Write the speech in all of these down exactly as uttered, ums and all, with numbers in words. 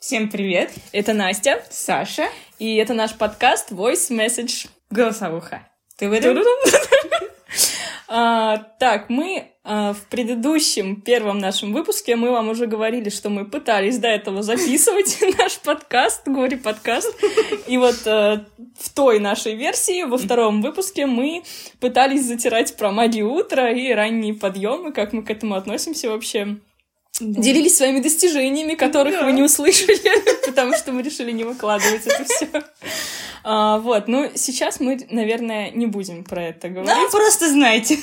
Всем привет! Это Настя, Саша, и это наш подкаст Voice Message. Голосовуха. Ты в этом? а, так, мы а, в предыдущем первом нашем выпуске мы вам уже говорили, что мы пытались до этого записывать наш подкаст, горе-подкаст. И вот а, в той нашей версии, во втором выпуске, мы пытались затирать про магию утра и ранние подъемы, как мы к этому относимся вообще. Да. Делились своими достижениями, которых да. вы не услышали, потому что мы решили не выкладывать это все. А, вот, ну, сейчас мы, наверное, не будем про это говорить. Ну, просто знайте.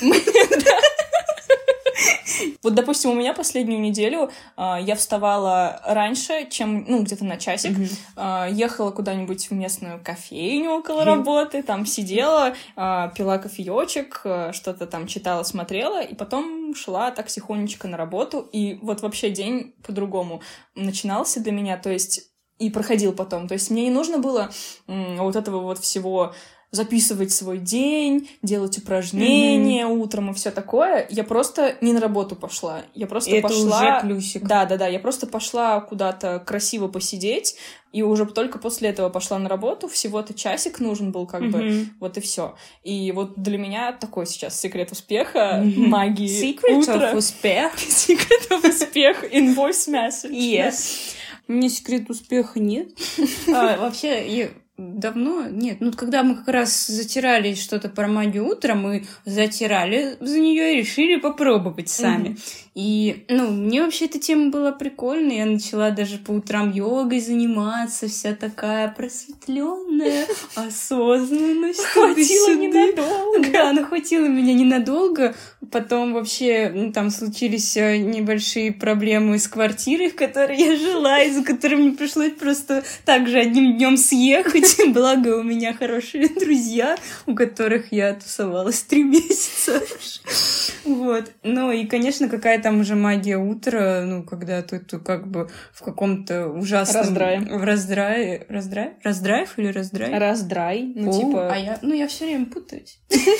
Вот, допустим, у меня последнюю неделю а, я вставала раньше, чем, ну, где-то на часик, mm-hmm. а, ехала куда-нибудь в местную кофейню около mm-hmm. работы, там сидела, а, пила кофеёчек, а, что-то там читала, смотрела, и потом шла так тихонечко на работу, и вот вообще день по-другому начинался для меня, то есть и проходил потом, то есть мне не нужно было м- вот этого вот всего... записывать свой день, делать упражнения mm-hmm. утром и все такое. Я просто не на работу пошла. Я просто и пошла... это уже плюсик. Да-да-да, я просто пошла куда-то красиво посидеть, и уже только после этого пошла на работу. Всего-то часик нужен был, как mm-hmm. бы, вот и все. И вот для меня такой сейчас секрет успеха, mm-hmm. магии Secret утра. of успех. Secret of успех in voice message. Yes. У меня секрет успеха нет. а, вообще, я... Давно? Нет. Ну, когда мы как раз затирали что-то про магию утра, мы затирали за нее и решили попробовать сами. Mm-hmm. И, ну, мне вообще эта тема была прикольная. Я начала даже по утрам йогой заниматься, вся такая просветленная, осознанность. Хватило ненадолго. Да, она хватила меня ненадолго. Потом вообще ну, там случились небольшие проблемы с квартирой, в которой я жила, из-за которой мне пришлось просто так же одним днем съехать. Благо, у меня хорошие друзья, у которых я тусовалась три месяца. Вот. Ну и, конечно, какая там уже магия утра, ну, когда ты, ты как бы в каком-то ужасном... Раздрае. В раздрае. Раздрае? Раздрайв или раздрай? Раздрай. Ну, О, типа... А я... Ну, я все время путаюсь.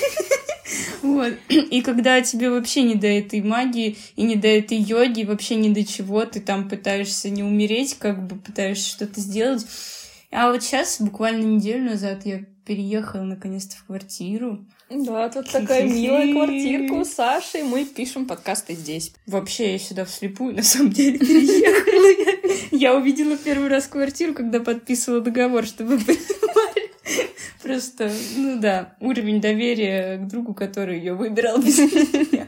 Вот. И когда тебе вообще не до этой магии и не до этой йоги, вообще ни до чего, ты там пытаешься не умереть, как бы пытаешься что-то сделать. А вот сейчас, буквально неделю назад, я переехала наконец-то в квартиру. Да, тут такая милая квартирка у Саши, и мы пишем подкасты здесь. Вообще, я сюда вслепую, на самом деле, переехала. Я увидела первый раз квартиру, когда подписывала договор, чтобы вы понимали. Просто, ну да, уровень доверия к другу, который ее выбирал без меня.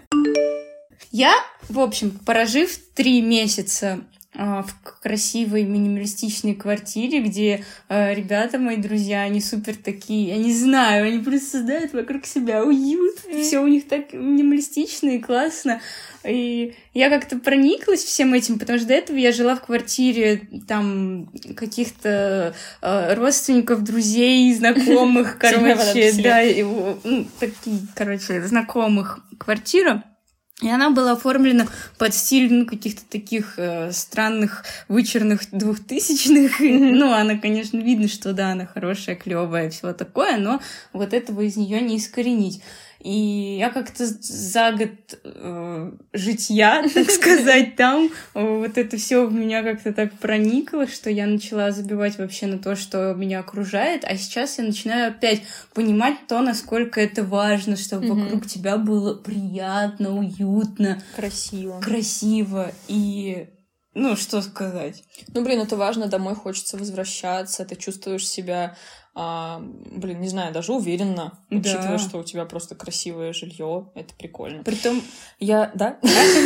Я, в общем, прожив три месяца в красивой минималистичной квартире, где э, ребята, мои друзья, они супер такие, я не знаю, они просто создают вокруг себя уют, mm. все у них так минималистично и классно. И я как-то прониклась всем этим, потому что до этого я жила в квартире там каких-то э, родственников, друзей, знакомых, короче, да, ну, такие, короче, знакомых квартира. И она была оформлена под стиль ну, каких-то таких э, странных, вычурных двухтысячных. Mm-hmm. Ну, она, конечно, видно, что да, она хорошая, клевая, все такое, но вот этого из нее не искоренить. И я как-то за год э, житья, так сказать, там, вот это все в меня как-то так проникло, что я начала забивать вообще на то, что меня окружает, а сейчас я начинаю опять понимать то, насколько это важно, чтобы mm-hmm. вокруг тебя было приятно, уютно, красиво. Красиво и... Ну, что сказать? Ну, блин, это важно, домой хочется возвращаться, ты чувствуешь себя... А, блин, не знаю, даже уверенно, да. учитывая, что у тебя просто красивое жилье, это прикольно. Притом я, да?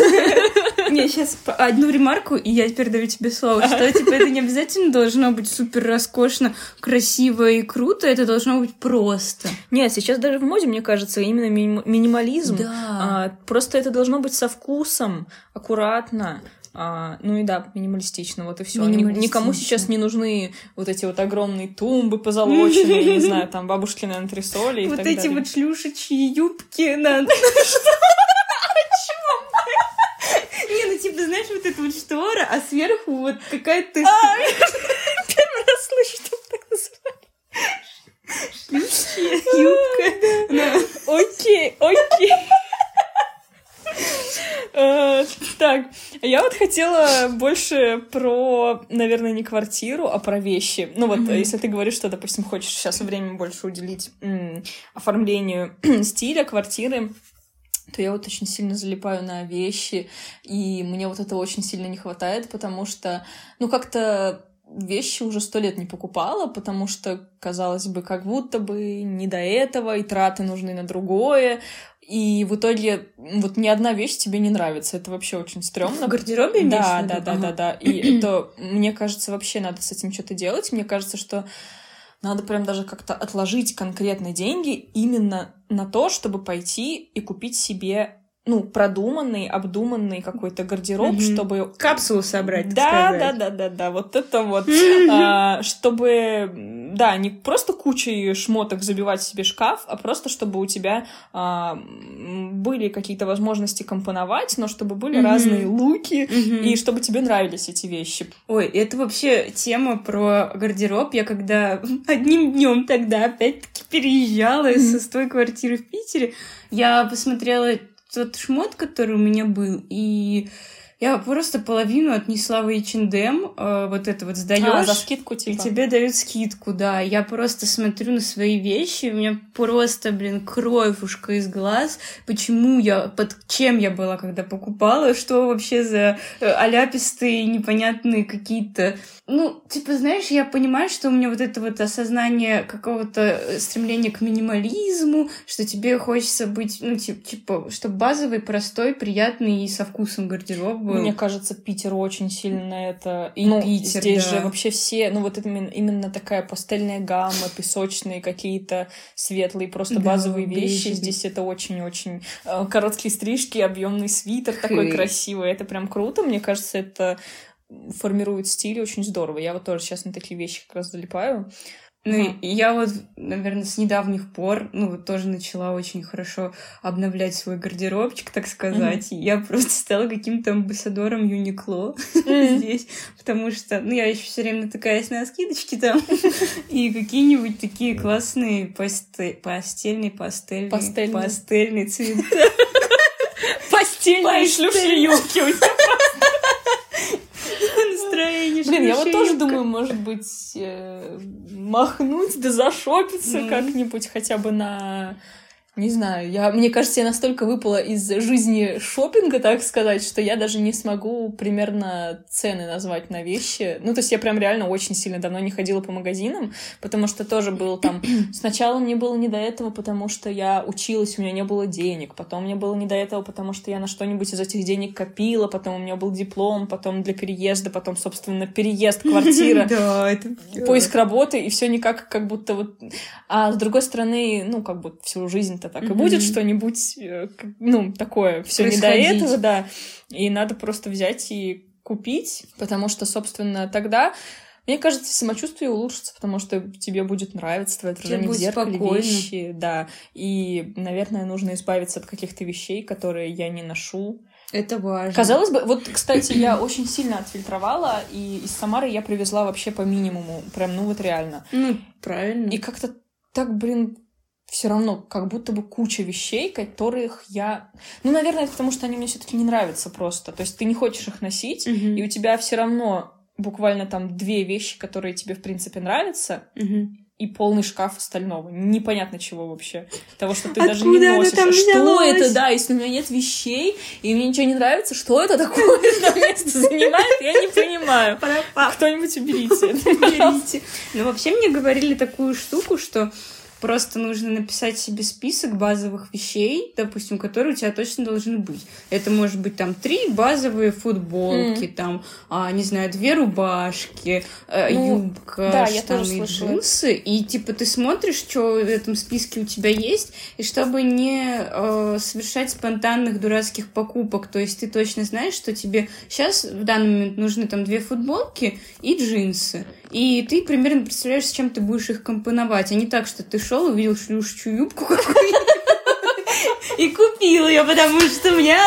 Не, сейчас одну ремарку, и я передаю тебе слово, что типа это не обязательно должно быть супер роскошно, красиво и круто, это должно быть просто. Нет, сейчас даже в моде, мне кажется, именно минимализм. Да. Просто это должно быть со вкусом, аккуратно. А, ну и да, минималистично, вот и все. Никому сейчас не нужны вот эти вот огромные тумбы позолоченные, не знаю, там бабушкины антресоли и так далее. Вот эти вот шлюшечьи юбки на... Не, ну типа, знаешь, вот эта вот штора, а сверху вот какая-то... Первый раз слышу, что так называют. Шлюшечья юбка. Окей, окей. Так, я вот хотела больше про, наверное, не квартиру, а про вещи. Ну вот, mm-hmm. если ты говоришь, что, допустим, хочешь сейчас время больше уделить м- оформлению стиля квартиры, то я вот очень сильно залипаю на вещи, и мне вот этого очень сильно не хватает, потому что, ну, как-то вещи уже сто лет не покупала, потому что, казалось бы, как будто бы не до этого, и траты нужны на другое, и в итоге вот ни одна вещь тебе не нравится. Это вообще очень стрёмно. В гардеробе имеешь Да, в виду? да, да, да, да. И это, мне кажется, вообще надо с этим что-то делать. Мне кажется, что надо прям даже как-то отложить конкретно деньги именно на то, чтобы пойти и купить себе, ну, продуманный, обдуманный какой-то гардероб, mm-hmm. чтобы... Капсулу собрать, так да, сказать. Да, да, да, да, вот это вот. а, чтобы, да, не просто кучей шмоток забивать себе шкаф, а просто чтобы у тебя а, были какие-то возможности компоновать, но чтобы были mm-hmm. разные луки, mm-hmm. и чтобы тебе нравились эти вещи. Ой, это вообще тема про гардероб. Я когда одним днем тогда опять-таки переезжала mm-hmm. из той квартиры в Питере, я посмотрела тот шмот, который у меня был, и я просто половину отнесла в эйч энд эм, э, вот это вот сдаёшь. А, за скидку типа. И тебе дают скидку, да. Я просто смотрю на свои вещи, у меня просто, блин, кровушка из глаз. Почему я, под чем я была, когда покупала, что вообще за аляпистые, непонятные какие-то... Ну, типа, знаешь, я понимаю, что у меня вот это вот осознание какого-то стремления к минимализму, что тебе хочется быть, ну, типа, типа чтобы базовый, простой, приятный и со вкусом гардероб был. Мне кажется, Питер очень сильно это... И ну, Питер, здесь да. же вообще все... Ну, вот это именно, именно такая пастельная гамма, песочные какие-то светлые, просто да, базовые вещи. Бежевый. Здесь это очень-очень... Э, короткие стрижки, объемный свитер Хы. такой красивый. Это прям круто. Мне кажется, это формирует стиль очень здорово. Я вот тоже сейчас на такие вещи как раз залипаю. Ну, uh-huh. и я вот, наверное, с недавних пор, ну, вот тоже начала очень хорошо обновлять свой гардеробчик, так сказать. Uh-huh. И я просто стала каким-то амбассадором Юникло uh-huh. здесь, потому что, ну, я еще все время натыкаюсь на скидочки там, и какие-нибудь такие классные постельные, пастельные, пастельные цвета. Постельные шлюши юбки у тебя. Настроение. Блин, я вот тоже думаю, может быть, э, махнуть да зашопиться mm. как-нибудь хотя бы на... Не знаю, я, мне кажется, я настолько выпала из жизни шопинга, так сказать, что я даже не смогу примерно цены назвать на вещи. Ну, то есть я прям реально очень сильно давно не ходила по магазинам, потому что тоже был там... Сначала мне было не до этого, потому что я училась, у меня не было денег. Потом мне было не до этого, потому что я на что-нибудь из этих денег копила. Потом у меня был диплом, потом для переезда, потом, собственно, переезд, квартира, поиск работы, и все никак как будто вот... А с другой стороны, ну, как бы всю жизнь так mm-hmm. и будет что-нибудь, ну, такое, все не до этого, да. И надо просто взять и купить, потому что, собственно, тогда, мне кажется, самочувствие улучшится, потому что тебе будет нравиться твое отражение в зеркале, спокойно. Вещи, да. И, наверное, нужно избавиться от каких-то вещей, которые я не ношу. Это важно. Казалось бы, вот, кстати, я очень сильно отфильтровала, и из Самары я привезла вообще по минимуму, прям, ну вот реально. Ну, правильно. И как-то так, блин, все равно, как будто бы куча вещей, которых я... Ну, наверное, это потому, что они мне все-таки не нравятся просто. То есть ты не хочешь их носить, mm-hmm. и у тебя все равно буквально там две вещи, которые тебе, в принципе, нравятся, mm-hmm. и полный шкаф остального. Непонятно чего вообще. Того, что ты Откуда даже не носишь. Там что взялось? Это, да, если у меня нет вещей, и мне ничего не нравится, что это такое, это место занимает, я не понимаю. Кто-нибудь уберите. Уберите. Ну, вообще мне говорили такую штуку, что просто нужно написать себе список базовых вещей, допустим, которые у тебя точно должны быть. Это может быть там три базовые футболки, mm. там, а, не знаю, две рубашки, ну, юбка, да, штаны, джинсы. И типа ты смотришь, что в этом списке у тебя есть, и чтобы не э, совершать спонтанных дурацких покупок, то есть ты точно знаешь, что тебе сейчас в данный момент нужны там две футболки и джинсы. И ты примерно представляешь, с чем ты будешь их компоновать, а не так, что ты шел, увидел шлюшечью юбку какую-нибудь и купил ее, потому что мне нужна.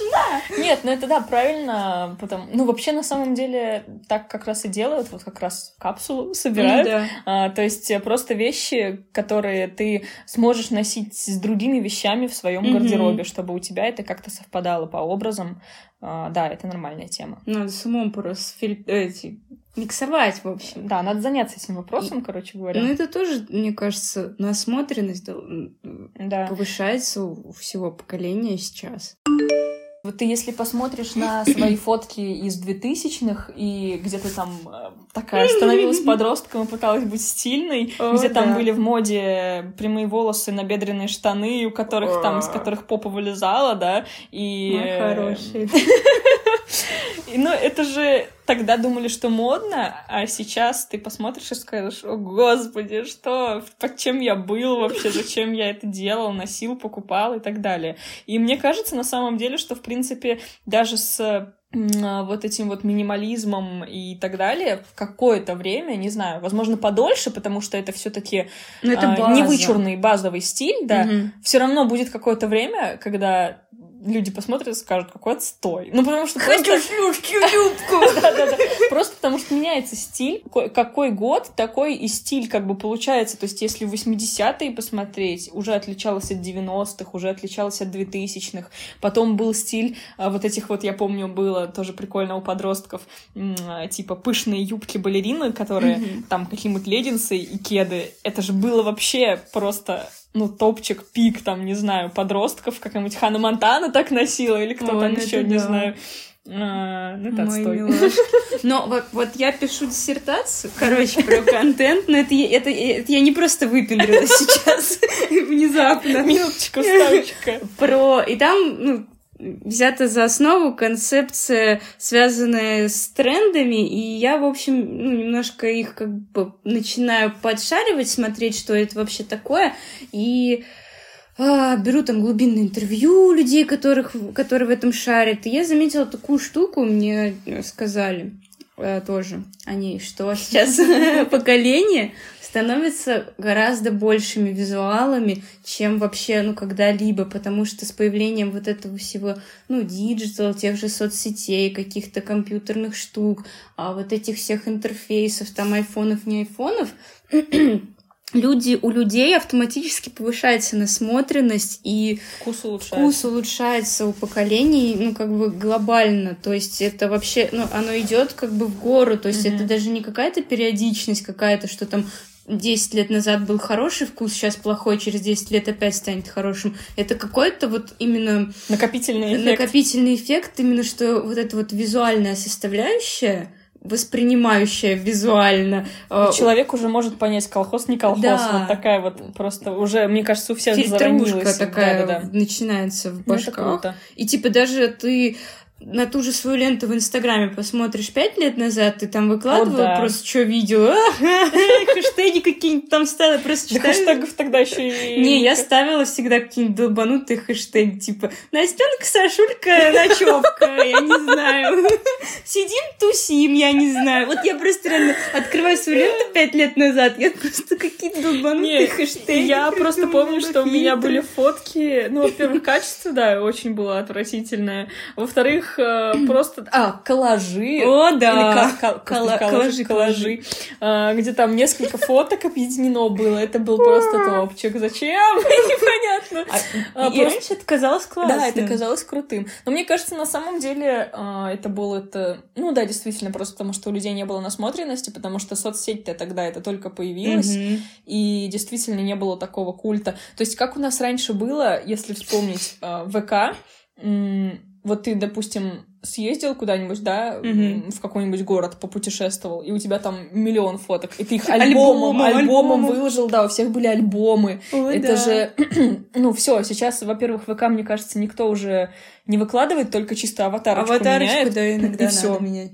нужна. Нет, ну это да, правильно, потому... ну вообще на самом деле так как раз и делают, вот как раз капсулу собирают, да. а, то есть просто вещи, которые ты сможешь носить с другими вещами в своем mm-hmm. гардеробе, чтобы у тебя это как-то совпадало по образам, а, да, это нормальная тема. Надо с умом просто филь... эти... миксовать, в общем. Да, надо заняться этим вопросом, и... короче говоря. Ну, это тоже, мне кажется, насмотренность да. повышается у всего поколения сейчас. Вот ты, если посмотришь на свои фотки из двухтысячных, и где ты там такая становилась подростком и пыталась быть стильной, О, где там да. были в моде прямые волосы, набедренные штаны, у которых там, из которых попа вылезала, да, и... Мой хороший. Ну, это же тогда думали, что модно, а сейчас ты посмотришь и скажешь: о, господи, что, под чем я был вообще, зачем я это делал, носил, покупал и так далее. И мне кажется, на самом деле, что, в принципе, даже с вот этим вот минимализмом и так далее в какое-то время, не знаю, возможно, подольше, потому что это все-таки а, невычурный базовый стиль, да, угу. все равно будет какое-то время, когда люди посмотрят и скажут: какой отстой. Ну, потому что просто... Хочу шлюшки в юбку! Да-да-да. Просто потому что меняется стиль. Какой год, такой и стиль как бы получается. То есть, если в восьмидесятые посмотреть, уже отличалось от девяностых, уже отличалось от двухтысячных. Потом был стиль вот этих вот, я помню, было тоже прикольно у подростков, типа пышные юбки-балерины, которые mm-hmm. там какие-нибудь леггинсы и кеды. Это же было вообще просто... ну, топчик, пик, там, не знаю, подростков, какая-нибудь Ханна Монтана так носила, или кто О, там еще, да. не знаю. А, ну, это отстой. Но вот, вот я пишу диссертацию, короче, про контент, но это, это, это я не просто выпендрилась сейчас внезапно. Минуточку, вставочка. Про... И там, ну, взята за основу концепция, связанная с трендами, и я, в общем, ну, немножко их как бы начинаю подшаривать, смотреть, что это вообще такое, и а, беру там глубинное интервью людей, которых, которые в этом шарят, и я заметила такую штуку, мне сказали а, тоже о ней, что сейчас поколение становятся гораздо большими визуалами, чем вообще, ну, когда-либо, потому что с появлением вот этого всего, ну, диджитал, тех же соцсетей, каких-то компьютерных штук, а вот этих всех интерфейсов, там, айфонов, не айфонов, люди, у людей автоматически повышается насмотренность, и вкус улучшается. вкус улучшается у поколений, ну, как бы глобально, то есть это вообще, ну, оно идет как бы в гору, то есть mm-hmm. это даже не какая-то периодичность какая-то, что там десять лет назад был хороший вкус, сейчас плохой, через десять лет опять станет хорошим. Это какой-то вот именно... Накопительный эффект. Накопительный эффект, именно что вот эта вот визуальная составляющая, воспринимающая визуально. Человек уже может понять, колхоз, не колхоз. Да. Вот такая вот просто уже, мне кажется, у всех заронилась. Такая да, да, да. начинается в башках. Ну, это круто. И типа даже ты на ту же свою ленту в Инстаграме посмотришь пять лет назад, ты там выкладывала, О, да. просто что видела, хэштеги какие-нибудь там ставила, просто читаешь. Хэштегов тогда еще и... Не, я ставила всегда какие-нибудь долбанутые хэштеги, типа Настенка, Сашулька, ночевка, я не знаю. Сидим, тусим, я не знаю. Вот я просто реально открываю свою ленту пять лет назад, я просто какие-то долбанутые хэштеги. Я просто помню, что у меня были фотки, ну, во-первых, качество, да, очень было отвратительное. Во-вторых, просто... А, коллажи. О, да. Или кол- кол- коллажи, коллажи. А, где там несколько фоток объединено было. Это был просто топчик. Зачем? Непонятно. А, и, и раньше это казалось классным. Да, это казалось крутым. Но мне кажется, на самом деле а, это было... это, ну да, действительно, просто потому что у людей не было насмотренности, потому что соцсеть-то тогда это только появилась, mm-hmm. и действительно не было такого культа. То есть как у нас раньше было, если вспомнить а, ВК... М- Вот ты, допустим, съездил куда-нибудь, да, mm-hmm. в какой-нибудь город, попутешествовал, и у тебя там миллион фоток, и ты их альбомом, альбомом, альбомом выложил, да, у всех были альбомы. Ой, это да. же, ну, все, сейчас, во-первых, ВК, мне кажется, никто уже не выкладывает, только чисто аватарочку, аватарочку меняет. Да, иногда и надо всё. менять.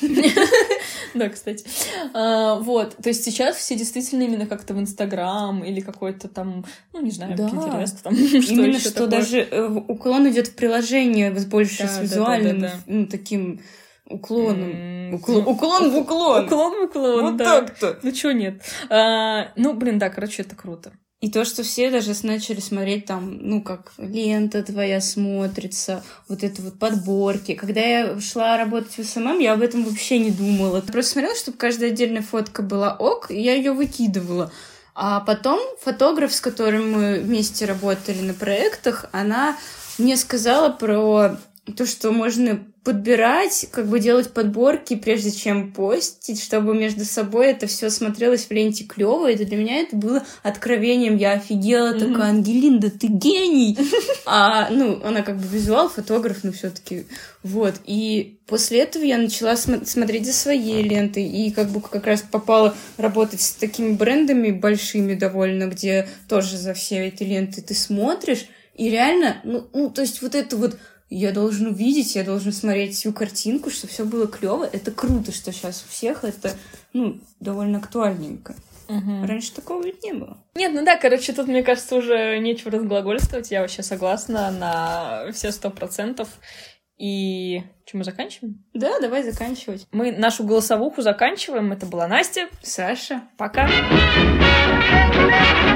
Да, кстати. А, вот, то есть сейчас все действительно именно как-то в Инстаграм или какой-то там, ну, не знаю, да. Пинтерест, там, что именно, что такое. Даже э, уклон идет в приложение больше да, с визуальным, да, да, да, да. ну, таким уклоном. Mm-hmm. Уклон, уклон в уклон. Уклон в уклон, вот да. так-то. Ну, чё нет? А, ну, блин, да, короче, это круто. И то, что все даже начали смотреть там, ну, как лента твоя смотрится, вот это вот подборки. Когда я шла работать в эс эм эм, я об этом вообще не думала. Я просто смотрела, чтобы каждая отдельная фотка была ок, и я ее выкидывала. А потом фотограф, с которым мы вместе работали на проектах, она мне сказала про то, что можно подбирать, как бы делать подборки, прежде чем постить, чтобы между собой это все смотрелось в ленте клево. Это для меня это было откровением. Я офигела, mm-hmm. такая: Ангелинда, ты гений! А, ну, она как бы визуал, фотограф, но все-таки вот. И после этого я начала см- смотреть за своей лентой и как бы как раз попала работать с такими брендами большими довольно, где тоже за все эти ленты ты смотришь, и реально, ну, ну то есть вот это вот я должен увидеть, я должен смотреть всю картинку, чтобы все было клево. Это круто, что сейчас у всех это, ну, довольно актуальненько. Угу. Раньше такого ведь не было. Нет, ну да, короче, тут, мне кажется, уже нечего разглагольствовать. Я вообще согласна на все сто процентов. И что, мы заканчиваем? Да, давай заканчивать. Мы нашу голосовуху заканчиваем. Это была Настя. Саша. Пока.